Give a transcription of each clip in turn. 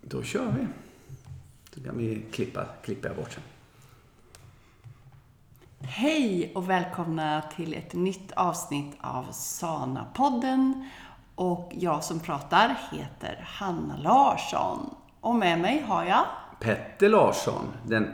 Då kör vi. Så kan vi klippa bort sen. Hej och välkomna till ett nytt avsnitt av Sana-podden. Och jag som pratar heter Hanna Larsson. Och med mig har jag Petter Larsson, den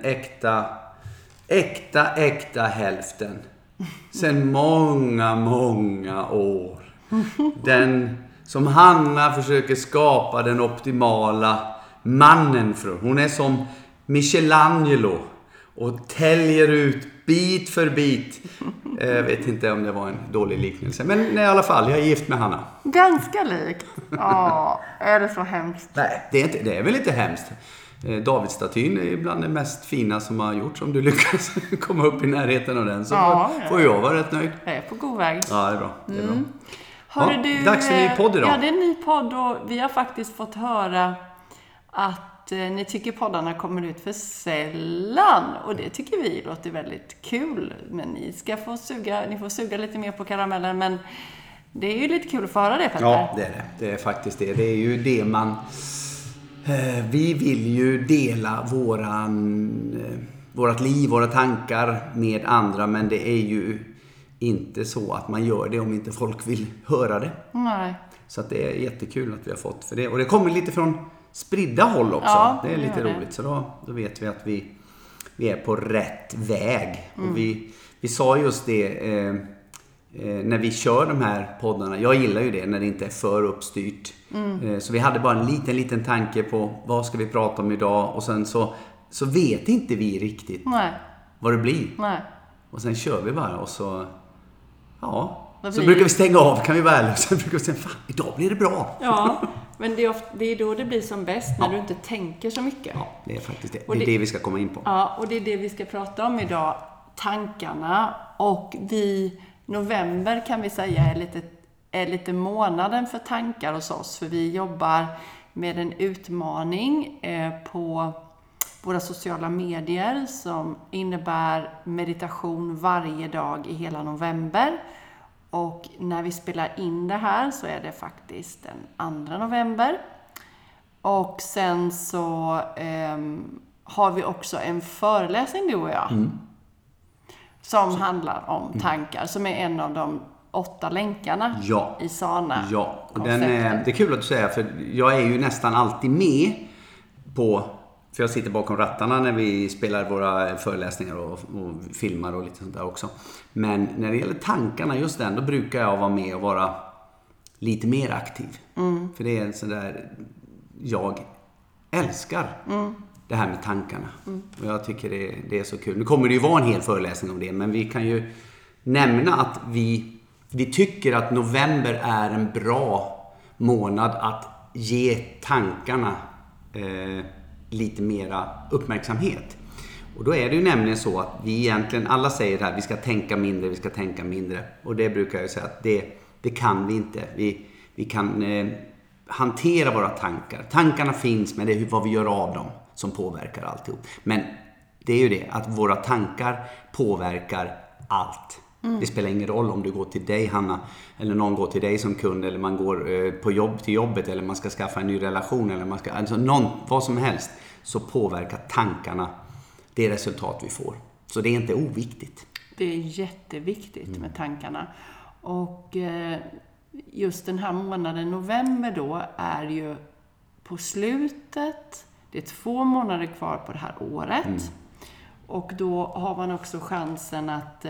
äkta hälften. Sen många år. Den som Hanna försöker skapa den optimala mannen för. Hon är som Michelangelo och täljer ut bit för bit. Jag vet inte om det var en dålig liknelse. Men i alla fall, jag är gift med Hanna. ganska lik. Ja, är det så hemskt? Nej, det är väl inte hemskt. Davidstatyn är bland det mest fina som har gjorts. Om du lyckas komma upp i närheten av den så får jag vara rätt nöjd. Jag är på god väg. Ja, det är bra. Det är bra. Hörru du, dags för ny podd idag. Ja, det är en ny podd och vi har faktiskt fått höra att ni tycker poddarna kommer ut för sällan. Och det tycker vi låter väldigt kul. Men ni får suga lite mer på karamellen. Men det är ju lite kul att få höra det, Petter. Ja, det är det. Det är faktiskt det. Det är ju det man... Vi vill ju dela vårat liv, våra tankar med andra. Men det är ju inte så att man gör det om inte folk vill höra det. Nej. Så att det är jättekul att vi har fått för det. Och det kommer lite från spridda håll också. Ja, det är lite roligt. Så då vet vi att vi är på rätt väg. Och vi sa just det när vi kör de här poddarna. Jag gillar ju det när det inte är för uppstyrt. Så vi hade bara en liten tanke på vad ska vi prata om idag. Och sen så vet inte vi riktigt vad det blir. Nej. Och sen kör vi bara och så... Ja... Så brukar vi stänga av, kan vi väl. Och sen brukar vi säga, fan, idag blir det bra. Ja, men det är då det blir som bäst, när du inte tänker så mycket. Ja, det är faktiskt det. Det är det vi ska komma in på. Ja, och det är det vi ska prata om idag. Tankarna. Och november kan vi säga är lite månaden för tankar hos oss. För vi jobbar med en utmaning på våra sociala medier som innebär meditation varje dag i hela november. Och när vi spelar in det här så är det faktiskt den 2 november. Och sen så har vi också en föreläsning, du och jag. Som handlar om tankar. Som är en av de 8 länkarna i Sana. Ja, och det är kul att du säger. För jag är ju nästan alltid med på... För jag sitter bakom rattarna när vi spelar våra föreläsningar och filmar och lite sånt där också. Men när det gäller tankarna, just den, då brukar jag vara med och vara lite mer aktiv. För det är en sån där... Jag älskar det här med tankarna. Och jag tycker det är så kul. Nu kommer det ju vara en hel föreläsning om det. Men vi kan ju nämna att vi tycker att november är en bra månad att ge tankarna... lite mera uppmärksamhet. Och då är det ju nämligen så att vi egentligen, alla säger det här, vi ska tänka mindre. Och det brukar jag säga att det kan vi inte. Vi kan hantera våra tankar. Tankarna finns, men det är vad vi gör av dem som påverkar alltihop. Men det är ju det, att våra tankar påverkar allt. Det spelar ingen roll om du går till dig, Hanna, eller någon går till dig som kund, eller man går till jobbet, eller man ska skaffa en ny relation, eller vad som helst, så påverkar tankarna det resultat vi får. Så det är inte oviktigt. Det är jätteviktigt med tankarna. Och just den här månaden november då är ju på slutet. Det är 2 månader kvar på det här året. Och då har man också chansen att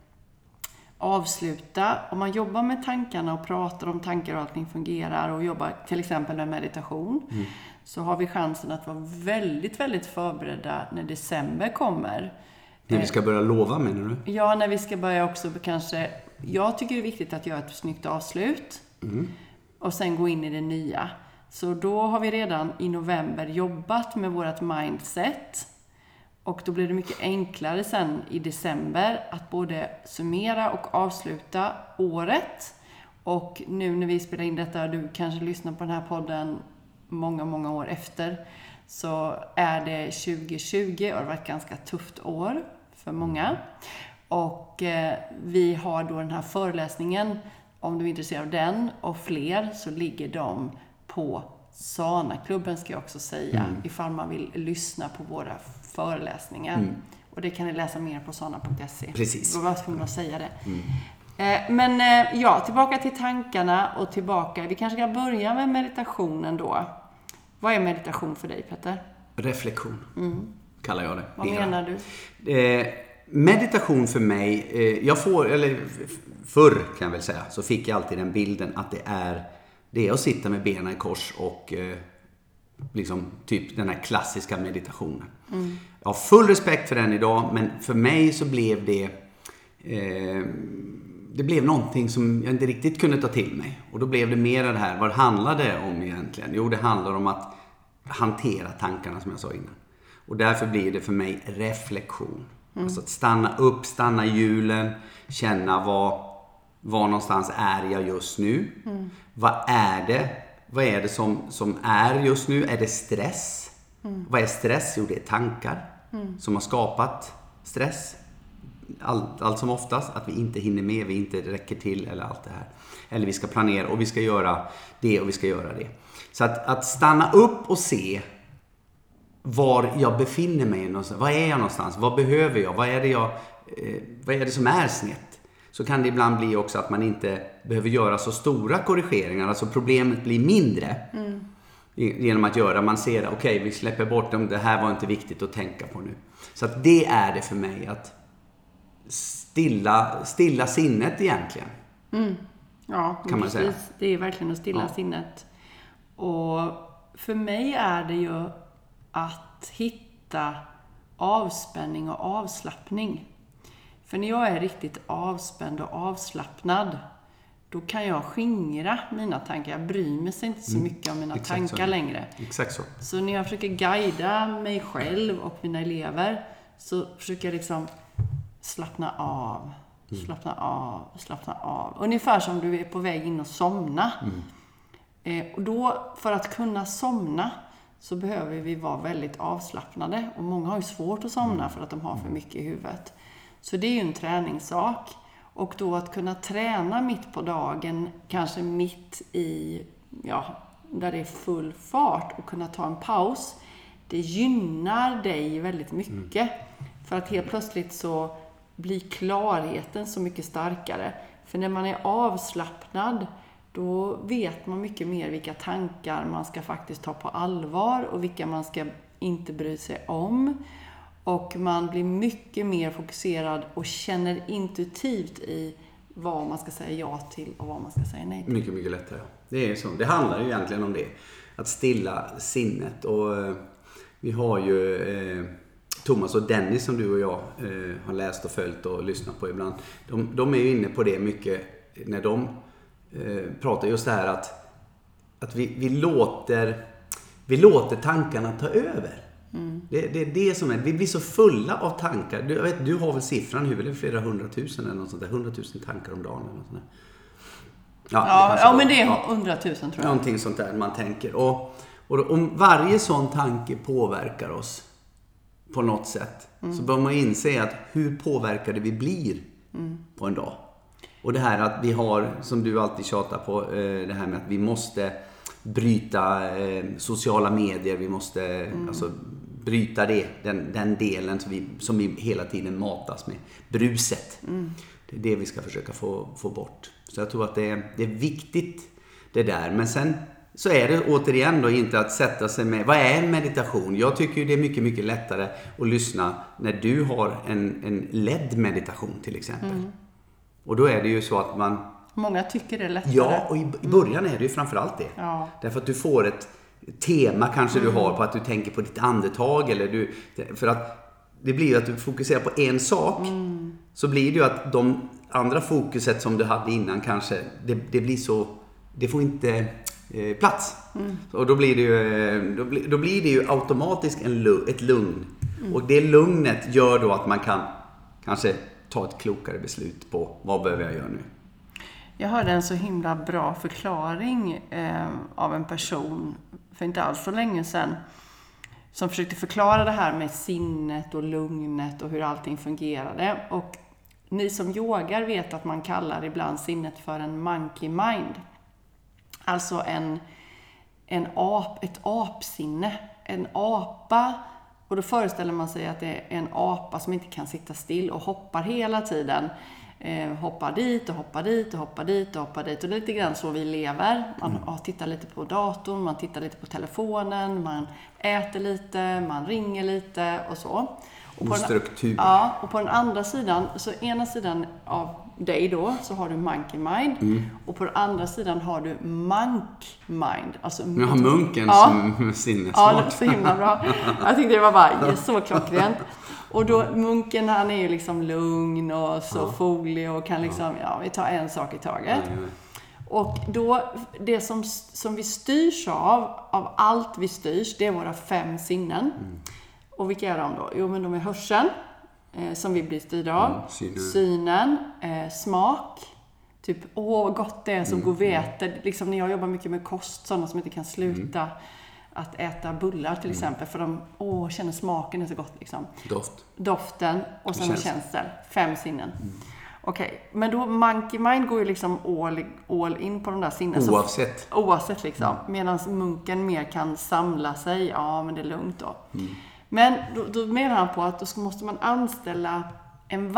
avsluta. Om man jobbar med tankarna och pratar om tankar och allting fungerar och jobbar till exempel med meditation, så har vi chansen att vara väldigt, väldigt förberedda när december kommer. När vi ska börja lova, menar du? Ja, när vi ska börja också kanske... Jag tycker det är viktigt att göra ett snyggt avslut och sen gå in i det nya. Så då har vi redan i november jobbat med vårt mindset. Och då blir det mycket enklare sen i december att både summera och avsluta året. Och nu när vi spelar in detta, du kanske lyssnar på den här podden många, många år efter, så är det 2020 och det har varit ett ganska tufft år för många. Och vi har då den här föreläsningen, om du är intresserad av den och fler, så ligger de på Sana-klubben ska jag också säga, ifall man vill lyssna på våra föreläsningar. Och det kan ni läsa mer på sana.se. Precis. Då var jag tvungen att säga det. Tillbaka till tankarna och tillbaka. Vi kanske ska börja med meditationen då. Vad är meditation för dig, Petter? Reflektion kallar jag det. Vad menar du? Meditation för mig, förr kan jag väl säga, så fick jag alltid den bilden att det är att sitta med benen i kors och liksom typ den här klassiska meditationen. Jag har full respekt för den idag, men för mig så blev det blev någonting som jag inte riktigt kunde ta till mig. Och då blev det mer det här, vad handlade det om egentligen? Jo, det handlar om att hantera tankarna som jag sa innan. Och därför blir det för mig reflektion. Alltså att stanna upp, stanna i hjulen, känna var någonstans är jag just nu? Vad är det som är just nu? Är det stress? Vad är stress? Jo, det är tankar som har skapat stress. Allt som oftast, att vi inte hinner med, vi inte räcker till eller allt det här. Eller vi ska planera och vi ska göra det och vi ska göra det. Så att stanna upp och se var jag befinner mig någonstans. Var är jag någonstans? Vad behöver jag? Vad är det som är snett? Så kan det ibland bli också att man inte behöver göra så stora korrigeringar. Alltså problemet blir mindre. Genom att man ser, okej, vi släpper bort dem. Det här var inte viktigt att tänka på nu. Så att det är det för mig, att stilla sinnet egentligen. Ja, kan man säga. Det är verkligen att stilla sinnet. Och för mig är det ju att hitta avspänning och avslappning. För när jag är riktigt avspänd och avslappnad, då kan jag skingra mina tankar. Jag bryr mig inte så mycket om mina tankar längre. Exakt så. Så när jag försöker guida mig själv och mina elever, så försöker jag liksom slappna av. Ungefär som du är på väg in och somna. Och då, för att kunna somna, så behöver vi vara väldigt avslappnade. Och många har ju svårt att somna för att de har för mycket i huvudet. Så det är ju en träningssak. Och då att kunna träna mitt på dagen, kanske mitt i, där det är full fart, och kunna ta en paus, det gynnar dig väldigt mycket. För att helt plötsligt så blir klarheten så mycket starkare. För när man är avslappnad, då vet man mycket mer vilka tankar man ska faktiskt ta på allvar och vilka man ska inte bry sig om. Och man blir mycket mer fokuserad och känner intuitivt i vad man ska säga ja till och vad man ska säga nej till. Mycket, mycket lättare. Det är så. Det handlar ju egentligen om det. Att stilla sinnet. Och vi har ju Thomas och Dennis, som du och jag har läst och följt och lyssnat på ibland. De är ju inne på det mycket när de pratar just det här att vi låter tankarna ta över. Det är det som är. Vi blir så fulla av tankar. Du har väl siffran i huvudet, flera 100 000 eller något sånt där. 100 000 tankar om dagen eller något sånt där. Men det är 100 000 tror jag. Någonting sånt där man tänker. Och om varje sån tanke påverkar oss på något sätt, så bör man inse att hur påverkade vi blir på en dag. Och det här att vi har, som du alltid tjatar på, det här med att vi måste bryta sociala medier, vi måste alltså bryta den delen som vi hela tiden matas med, bruset. Det är det vi ska försöka få bort. Så jag tror att det är viktigt det där. Men sen så är det återigen då inte att sätta sig med, vad är en meditation? Jag tycker ju det är mycket, mycket lättare att lyssna när du har en ledd meditation till exempel. Och då är det ju så att många tycker det är lättare. Ja, och i början är det ju framförallt det. Ja. Därför att du får ett tema kanske du har på att du tänker på ditt andetag. Eller för att det blir ju att du fokuserar på en sak. Så blir det ju att de andra fokuset som du hade innan kanske, det blir så, det får inte plats. Och då blir det ju automatiskt ett lugn. Och det lugnet gör då att man kan kanske ta ett klokare beslut på vad behöver jag göra nu. Jag hörde en så himla bra förklaring av en person för inte alls så länge sedan, som försökte förklara det här med sinnet och lugnet och hur allting fungerade. Och ni som yogar vet att man kallar ibland sinnet för en monkey mind. Alltså ett apsinne. En apa, och då föreställer man sig att det är en apa som inte kan sitta still och hoppar hela tiden. Hoppar dit och hoppar dit och hoppar dit och hoppar dit. Och det är lite grann så vi lever. Man tittar lite på datorn, man tittar lite på telefonen, man äter lite, man ringer lite och så. Och struktur. Ja, och på den andra sidan, så ena sidan av dig då, så har du monkey mind. Och på den andra sidan har du monk mind. Alltså, jag har munken som sinnesmak. Ja, det är så himla bra. Jag tyckte det var bara så klockrent. Och då, munken, han är ju liksom lugn och så foglig och kan liksom, vi tar en sak i taget. Och då, det som vi styrs av allt vi styrs, det är våra 5 sinnen. Och vilka är de då? Jo, men de är hörseln, som vi blir styrda av. Synen, smak. Typ, vad gott det är som gourveter. Liksom när jag jobbar mycket med kost, sådana som inte kan sluta att äta bullar till exempel. För de känner smaken är så gott liksom. Doften och sen känsel. 5 sinnen. Okej, men då monkey mind går ju liksom all in på de där sinnen. Oavsett liksom. Medan munken mer kan samla sig. Ja, men det är lugnt då. Men då menar han på att då måste man anställa en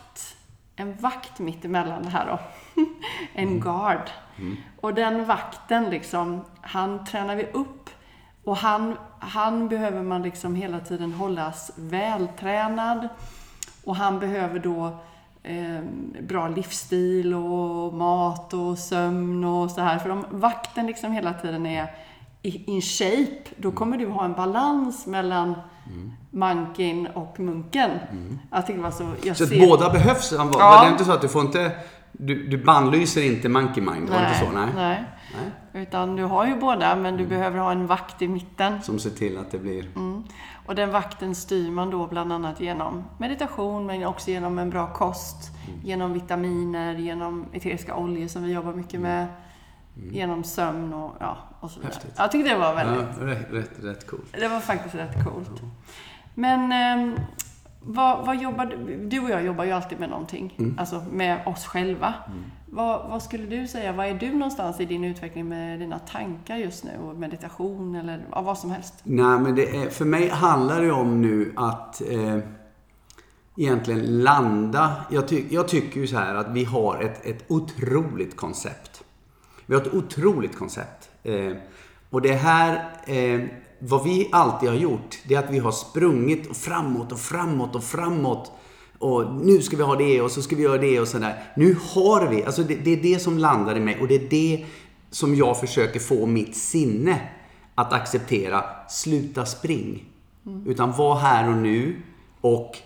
vakt mitt emellan det här då. En guard. Och den vakten liksom, han tränar vi upp. Och han behöver man liksom hela tiden hållas vältränad. Och han behöver då bra livsstil och mat och sömn och så här. För om vakten liksom hela tiden är in shape, då kommer du ha en balans mellan manken och munken. Jag tycker det var så... Så att båda behövs? Det är inte så att du får inte... Du bannlyser inte monkey mind, var det inte så? Nej. Utan du har ju båda, men du behöver ha en vakt i mitten. Som ser till att det blir... Och den vakten styr man då bland annat genom meditation, men också genom en bra kost, genom vitaminer, genom eteriska oljor som vi jobbar mycket med, genom sömn och så vidare. Häftigt. Jag tyckte det var väldigt... Rätt coolt. Det var faktiskt rätt coolt. Men vad jobbar du och jag jobbar ju alltid med någonting, alltså med oss själva. Vad skulle du säga, vad är du någonstans i din utveckling med dina tankar just nu, och meditation eller vad som helst? Nej, men för mig handlar det om nu att egentligen landa. Jag tycker ju så här att vi har ett otroligt koncept. Vi har ett otroligt koncept. Och det här, vad vi alltid har gjort, det är att vi har sprungit framåt och framåt och framåt. Och nu ska vi ha det och så ska vi göra det och sådär. Nu har vi, alltså det är det som landar i mig. Och det är det som jag försöker få mitt sinne att acceptera. Sluta spring. Utan var här och nu och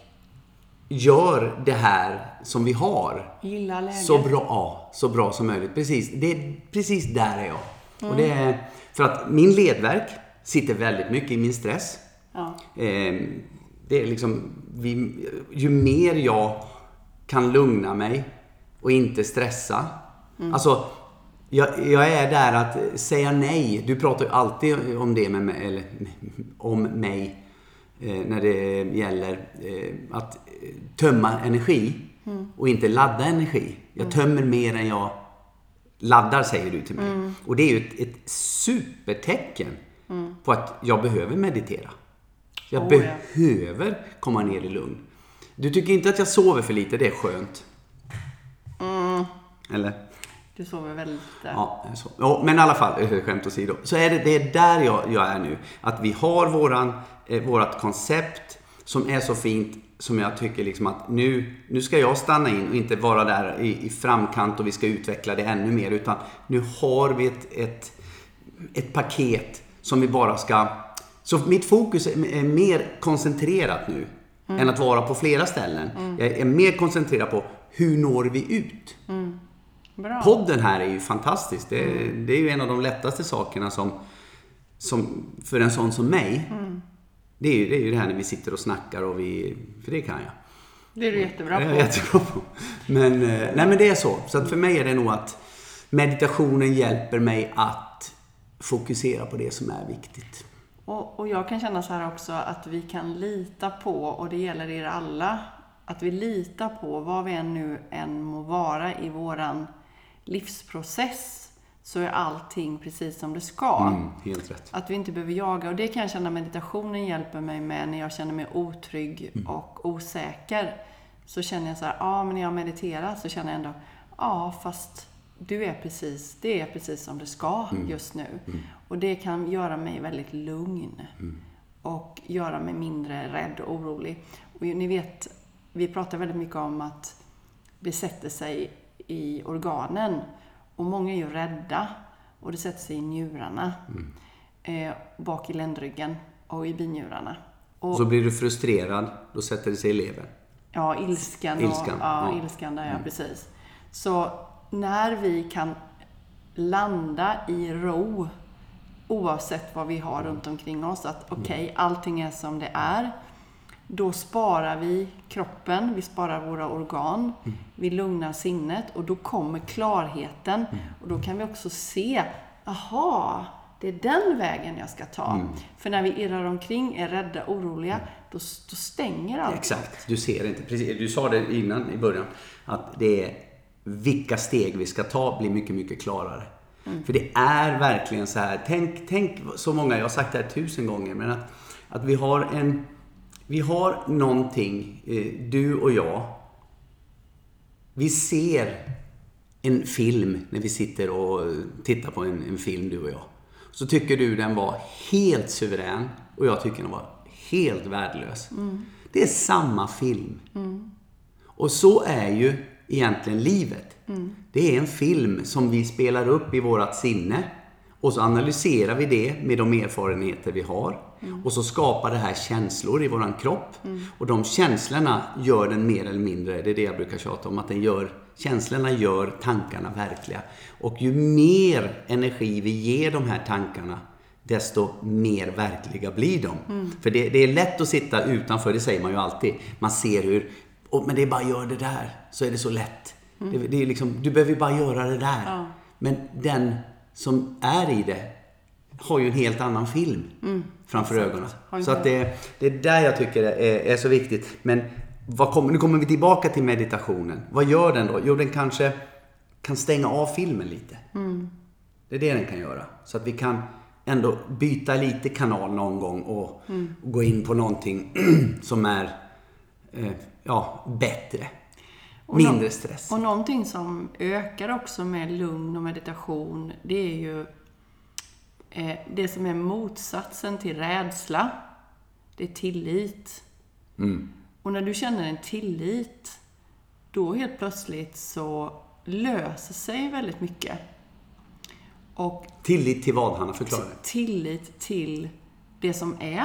gör det här som vi har. Gilla läget. Så bra som möjligt. Precis, det är precis där är jag. Och det är för att min ledvärk sitter väldigt mycket i min stress. Ja. Det är liksom, ju mer jag kan lugna mig och inte stressa. Alltså, jag är där att säga nej. Du pratar ju alltid om det med mig, eller om mig, när det gäller att tömma energi och inte ladda energi. Jag tömmer mer än jag laddar, säger du till mig. Och det är ju ett supertecken på att jag behöver meditera. Jag behöver komma ner i lugn. Du tycker inte att jag sover för lite? Det är skönt. Eller? Du sover väldigt lite. Ja, men i alla fall, skämt åsido. Så är det är där jag är nu. Att vi har vårat koncept som är så fint, som jag tycker liksom att nu ska jag stanna in och inte vara där i framkant och vi ska utveckla det ännu mer. Utan nu har vi ett paket som vi bara ska... Så mitt fokus är mer koncentrerat nu än att vara på flera ställen. Jag är mer koncentrerad på hur når vi ut. Bra. Podden här är ju fantastisk. Det är ju en av de lättaste sakerna som för en sån som mig. Det är ju det här när vi sitter och snackar och för det kan jag. Det är du jättebra på. Jag är jättebra på. Men det är så. Så att för mig är det nog att meditationen hjälper mig att fokusera på det som är viktigt. Och jag kan känna så här också, att vi kan lita på, och det gäller er alla, att vi litar på vad vi än må vara i våran livsprocess, så är allting precis som det ska. Helt rätt. Att vi inte behöver jaga. Och det kan jag känna meditationen hjälper mig med när jag känner mig otrygg och osäker. Så känner jag så här, men när jag mediterar så känner jag ändå, fast det är precis som det ska just nu. Och det kan göra mig väldigt lugn. Och göra mig mindre rädd och orolig. Och ni vet, vi pratar väldigt mycket om att det sätter sig i organen. Och många är ju rädda. Och det sätter sig i njurarna. Bak i ländryggen och i binjurarna. Och så blir du frustrerad, då sätter det sig i levern. Ja, ilskan. Ilskan där, precis. Så när vi kan landa i ro, oavsett vad vi har runt omkring oss, att allting är som det är, då sparar vi kroppen, vi sparar våra organ, vi lugnar sinnet och då kommer klarheten. Och då kan vi också se, det är den vägen jag ska ta. För när vi irrar omkring, är rädda, oroliga, då stänger allt. Exakt, du ser inte. Precis, du sa det innan i början, att det är vilka steg vi ska ta blir mycket, mycket klarare. För det är verkligen så här, tänk så många, jag har sagt det här 1000 gånger, men att vi har någonting, du och jag, vi ser en film när vi sitter och tittar på en film, du och jag. Så tycker du den var helt suverän och jag tycker den var helt värdelös. Det är samma film. Och så är ju egentligen livet. Det är en film som vi spelar upp i vårat sinne och så analyserar vi det med de erfarenheter vi har. Och så skapar det här känslor i våran kropp. Och de känslorna gör den mer eller mindre, det är det jag brukar tjata om, att känslorna gör tankarna verkliga. Och ju mer energi vi ger de här tankarna, desto mer verkliga blir de. För det är lätt att sitta utanför, det säger man ju alltid. Man ser hur, men det är bara att göra det där, så är det så lätt. Det är liksom, du behöver bara göra det där. Ja. Men den som är i det har ju en helt annan film framför ögonen. Så att det är där jag tycker det är så viktigt. Men nu kommer vi tillbaka till meditationen. Vad gör den då? Jo, den kanske kan stänga av filmen lite. Det är det den kan göra. Så att vi kan ändå byta lite kanal någon gång och gå in på någonting som är bättre. Mindre stress. Och någonting som ökar också med lugn och meditation, det är ju det som är motsatsen till rädsla. Det är tillit. Och när du känner en tillit, då helt plötsligt så löser sig väldigt mycket. Och tillit till vad, Hanna? Förklara. Tillit till det som är.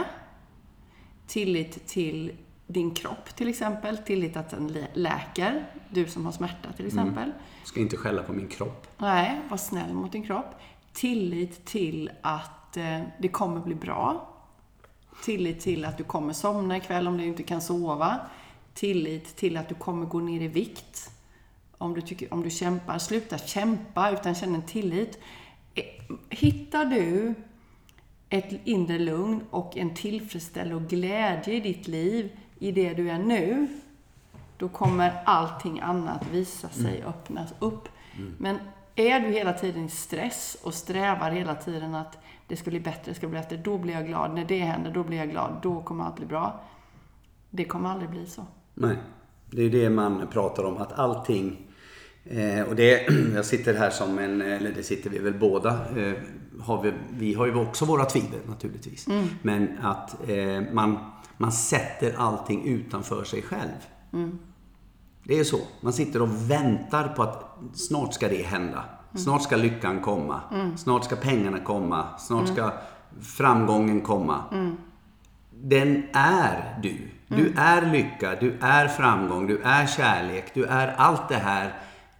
Tillit till din kropp till exempel. Tillit att den läker. Du som har smärta till exempel. Ska inte skälla på min kropp. Nej, var snäll mot din kropp. Tillit till att det kommer bli bra. Tillit till att du kommer somna ikväll om du inte kan sova. Tillit till att du kommer gå ner i vikt. Om du kämpar, sluta kämpa utan känn en tillit. Hittar du ett inre lugn och en tillfredsställelse och glädje i ditt liv, i det du är nu, då kommer allting annat visa sig, öppnas upp. Men är du hela tiden i stress och strävar hela tiden att det ska bli bättre, då blir jag glad. När det händer, då blir jag glad. Då kommer allt bli bra. Det kommer aldrig bli så. Nej, det är det man pratar om. Att allting... och jag sitter här som eller det sitter vi väl båda. Vi har ju också våra tvivel naturligtvis. Men att man sätter allting utanför sig själv. Det är så. Man sitter och väntar på att snart ska det hända. Snart ska lyckan komma. Snart ska pengarna komma. Snart ska framgången komma. Den är du. Du är lycka. Du är framgång. Du är kärlek. Du är allt det här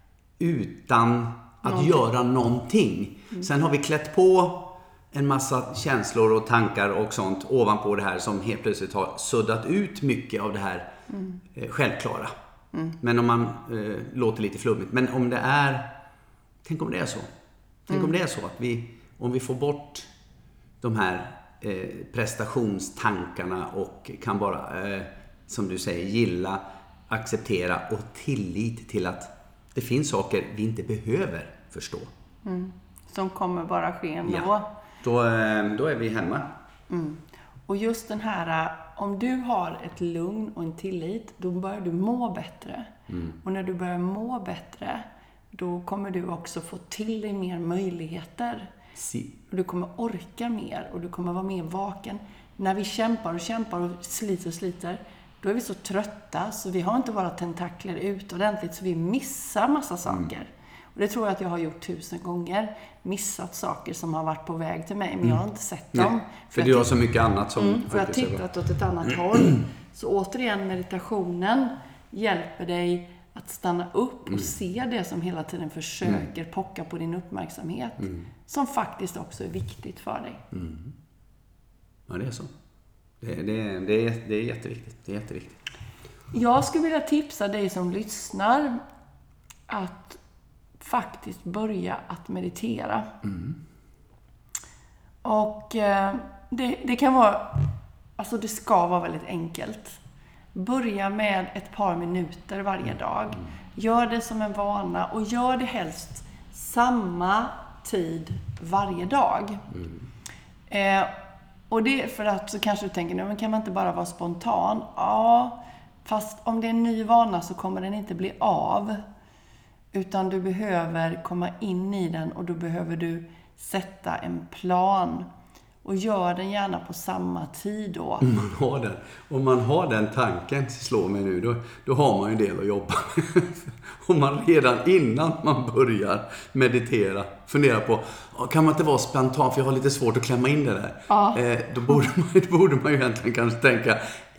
utan att göra någonting. Sen har vi klätt på en massa känslor och tankar och sånt ovanpå det här som helt plötsligt har suddat ut mycket av det här självklara. Men om man låter lite flummigt. Men om det är... Tänk om det är så. Tänk om det är så att om vi får bort de här prestationstankarna och kan bara, som du säger, gilla, acceptera och tillit till att det finns saker vi inte behöver förstå. som kommer bara ske ändå. Ja. Då är vi hemma. Och just den här, om du har ett lugn och en tillit, då börjar du må bättre. Och när du börjar må bättre, då kommer du också få till dig mer möjligheter. Och du kommer orka mer och du kommer vara mer vaken. När vi kämpar och sliter, då är vi så trötta så vi har inte våra tentakler ut ordentligt, så vi missar massa saker. Och det tror jag att jag har gjort 1000 gånger. Missat saker som har varit på väg till mig, men jag har inte sett dem. För du har så mycket annat som för jag har tittat åt ett annat håll. Så återigen, meditationen hjälper dig att stanna upp och se det som hela tiden försöker pocka på din uppmärksamhet. Som faktiskt också är viktigt för dig. Ja, det är så. Det är jätteviktigt. Det är jätteviktigt. Jag skulle vilja tipsa dig som lyssnar att faktiskt börja att meditera. Och det kan vara, alltså det ska vara väldigt enkelt. Börja med ett par minuter varje dag. Gör det som en vana och gör det helst samma tid varje dag. Och det är för att så kanske du tänker, men kan man inte bara vara spontan? Ja, fast om det är en ny vana så kommer den inte bli av. Utan du behöver komma in i den och då behöver du sätta en plan. Och gör den gärna på samma tid då. Om man har den tanken, slår mig nu, då har man ju en del att jobba med. Om man redan innan man börjar meditera funderar på, kan man inte vara spontan för jag har lite svårt att klämma in det där. Ja. Då borde man ju egentligen kanske tänka,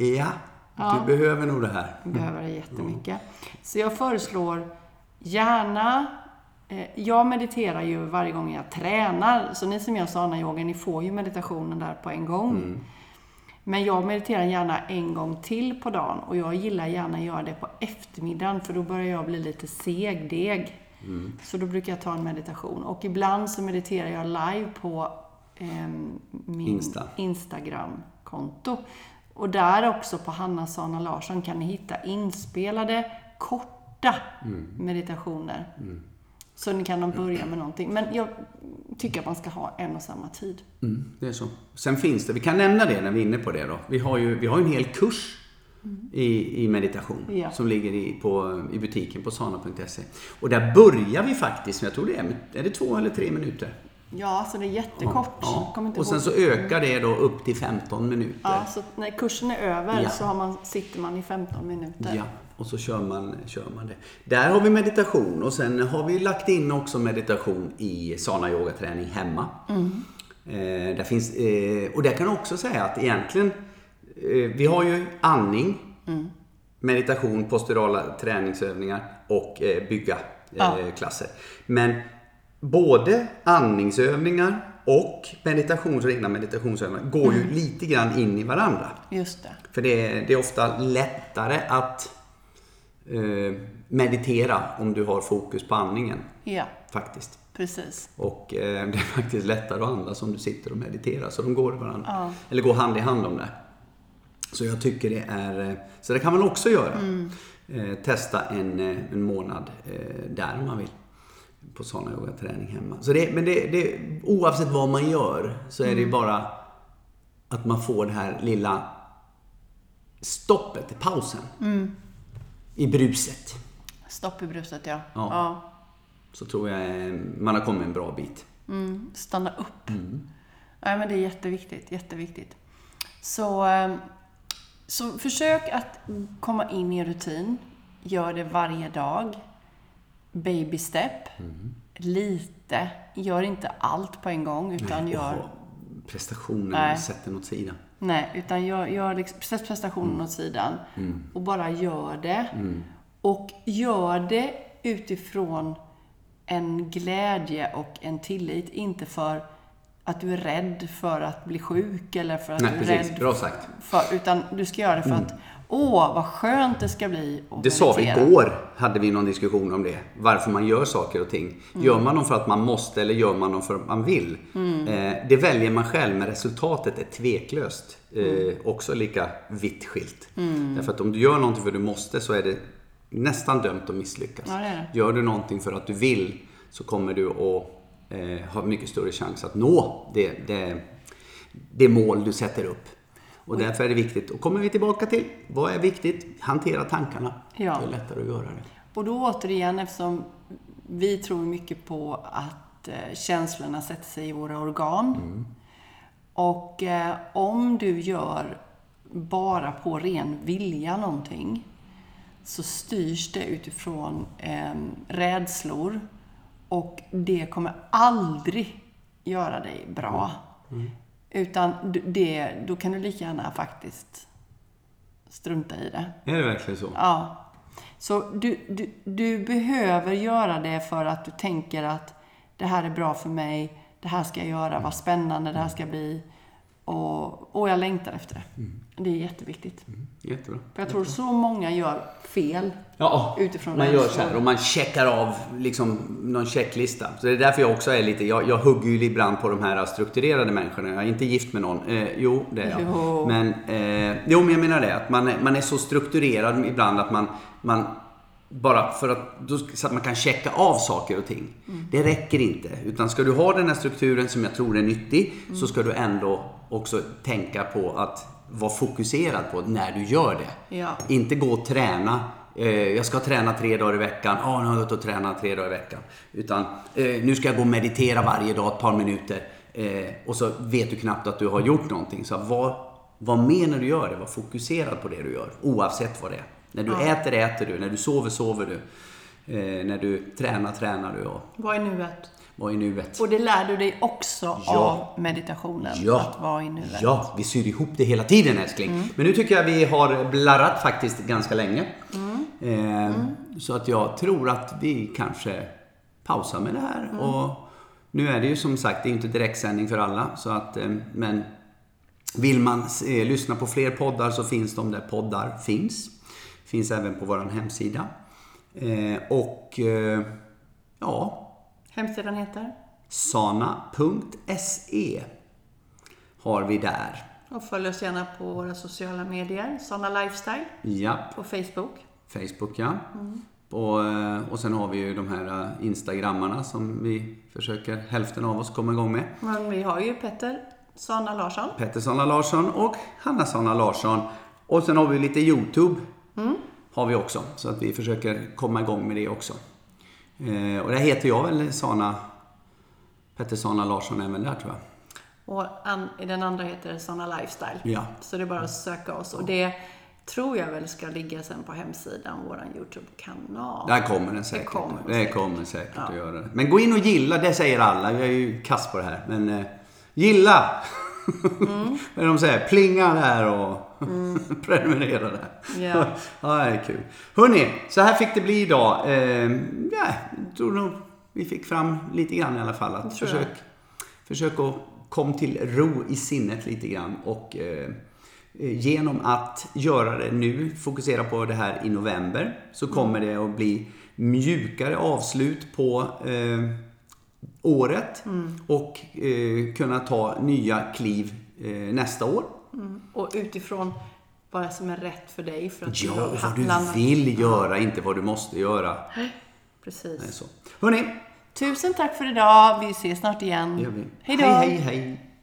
du behöver nog det här. Du behöver det jättemycket. Så jag föreslår gärna, jag mediterar ju varje gång jag tränar. Så ni som gör asana-yoga, ni får ju meditationen där på en gång. Men jag mediterar gärna en gång till på dagen. Och jag gillar gärna att göra det på eftermiddagen. För då börjar jag bli lite segdeg. Så då brukar jag ta en meditation. Och ibland så mediterar jag live på min Instagram-konto. Och där också på Hanna Sana Larsson kan ni hitta inspelade korta meditationer. Så ni kan börja med någonting. Men jag tycker att man ska ha en och samma tid. Det är så. Sen finns det, vi kan nämna det när vi är inne på det då. Vi har ju en hel kurs i meditation som ligger i butiken på sana.se. Och där börjar vi faktiskt, jag tror är det 2 eller 3 minuter? Ja, så det är jättekort. Ja. Och sen så ökar det då upp till 15 minuter. Ja, så när kursen är över så sitter man i 15 minuter. Ja, och så kör man det. Där har vi meditation och sen har vi lagt in också meditation i Sana yogaträning hemma. Där finns, och där kan jag också säga att egentligen vi har ju andning, meditation, posturala träningsövningar och bygga klasser. Men både andningsövningar och egna meditationsövningar går ju lite grann in i varandra. Just det. För det är ofta lättare att meditera om du har fokus på andningen. Ja. Faktiskt. Precis. Och det är faktiskt lättare att andas om du sitter och mediterar. Så de går i varandra. Eller går hand i hand om det. Så jag tycker det är... Så det kan man också göra. Testa en månad där om man vill. På sådana yogaträning hemma. Så det, oavsett vad man gör så är det bara att man får det här lilla stoppet, pausen. I bruset. Stopp i bruset, ja. Så tror jag man har kommit en bra bit. Stanna upp. Ja, men det är jätteviktigt. Så försök att komma in i rutin. Gör det varje dag. Baby step. Lite. Gör inte allt på en gång. Utan gör... Prestationen sätter åt sidan. Nej, utan gör liksom, prestationen åt sidan. Och bara gör det. Och gör det utifrån en glädje och en tillit. Inte för att du är rädd för att bli sjuk. Eller för att du är rädd. Bra sagt. Utan du ska göra det för att vad skönt det ska bli att det sa vi igår, hade vi någon diskussion om det. Varför man gör saker och ting. Gör man dem för att man måste eller gör man dem för att man vill? Det väljer man själv, men resultatet är tveklöst. Också lika vitt skilt. Därför att om du gör någonting för att du måste så är det nästan dömt att misslyckas. Ja, det är det. Gör du någonting för att du vill så kommer du att har mycket större chans att nå det mål du sätter upp. Och därför är det viktigt. Och kommer vi tillbaka till vad är viktigt? Hantera tankarna. Ja. Det är lättare att göra det. Och då återigen, eftersom vi tror mycket på att känslorna sätter sig i våra organ. Och om du gör bara på ren vilja någonting, så styrs det utifrån rädslor. Och det kommer aldrig göra dig bra. Utan då kan du lika gärna faktiskt strunta i det. Är det verkligen så? Ja. Så du behöver göra det för att du tänker att det här är bra för mig, det här ska jag göra, vad spännande det här ska bli. Och jag längtar efter det. Det är jätteviktigt. Jättebra. För jag tror så många gör fel utifrån man gör så här och man checkar av liksom någon checklista. Så det är därför jag också är lite, jag hugger ju ibland på de här strukturerade människorna. Jag är inte gift med någon. Jo, det är jag. Jo. Men jag menar det, att man är så strukturerad ibland att man bara för att, så att man kan checka av saker och ting. Det räcker inte. Utan ska du ha den här strukturen som jag tror är nyttig, så ska du ändå också tänka på att vara fokuserad på när du gör det. Ja. Inte gå och träna. Jag ska träna 3 dagar i veckan. Nu har jag gått och tränat 3 dagar i veckan. Utan nu ska jag gå och meditera varje dag ett par minuter. Och så vet du knappt att du har gjort någonting. Så var med när du gör det. Var fokuserad på det du gör. Oavsett vad det är. När du äter du. När du sover du. När du tränar du. Vad är nuet? Var i nuet. Och det lär du dig också av meditationen. Att vara i nuet. Ja, vi syr ihop det hela tiden, älskling. Men nu tycker jag vi har blarrat faktiskt ganska länge. Så att jag tror att vi kanske pausar med det här. Och nu är det ju som sagt, det är inte direktsändning för alla. Så att, men vill man lyssna på fler poddar, så finns de där poddar finns. Finns även på vår hemsida. Hemsidan heter? Sana.se har vi där. Och följ oss gärna på våra sociala medier. Sana Lifestyle. Ja. På Facebook. Facebook, ja. Och sen har vi ju de här Instagrammarna som vi försöker hälften av oss komma igång med. Men vi har ju Petter Sana Larsson. Petter Sana Larsson och Hanna Sana Larsson. Och sen har vi lite YouTube. Har vi också. Så att vi försöker komma igång med det också. Och det heter jag väl Petter Sana Larsson även där, tror jag. Och den andra heter Sana Lifestyle. Ja. Så det är bara att söka oss. Och det tror jag väl ska ligga sen på hemsidan, våran YouTube-kanal. Där kommer den säkert. Det kommer säkert att göra det. Men gå in och gilla, det säger alla. Jag är ju kass på det här. Men gilla! Vad de säger, plinga där och prenumerera där. Ja. Ja, det är kul. Hörrni, så här fick det bli idag. Jag tror nog vi fick fram lite grann i alla fall. Att försök att komma till ro i sinnet lite grann. Och genom att göra det nu, fokusera på det här i november, så kommer det att bli mjukare avslut på året och kunna ta nya kliv nästa år. Och utifrån vad som är rätt för dig. För att och vad du vill göra, inte vad du måste göra. Precis. Nej, så. Hörrni. Tusen tack för idag. Vi ses snart igen. Hej då. Hej.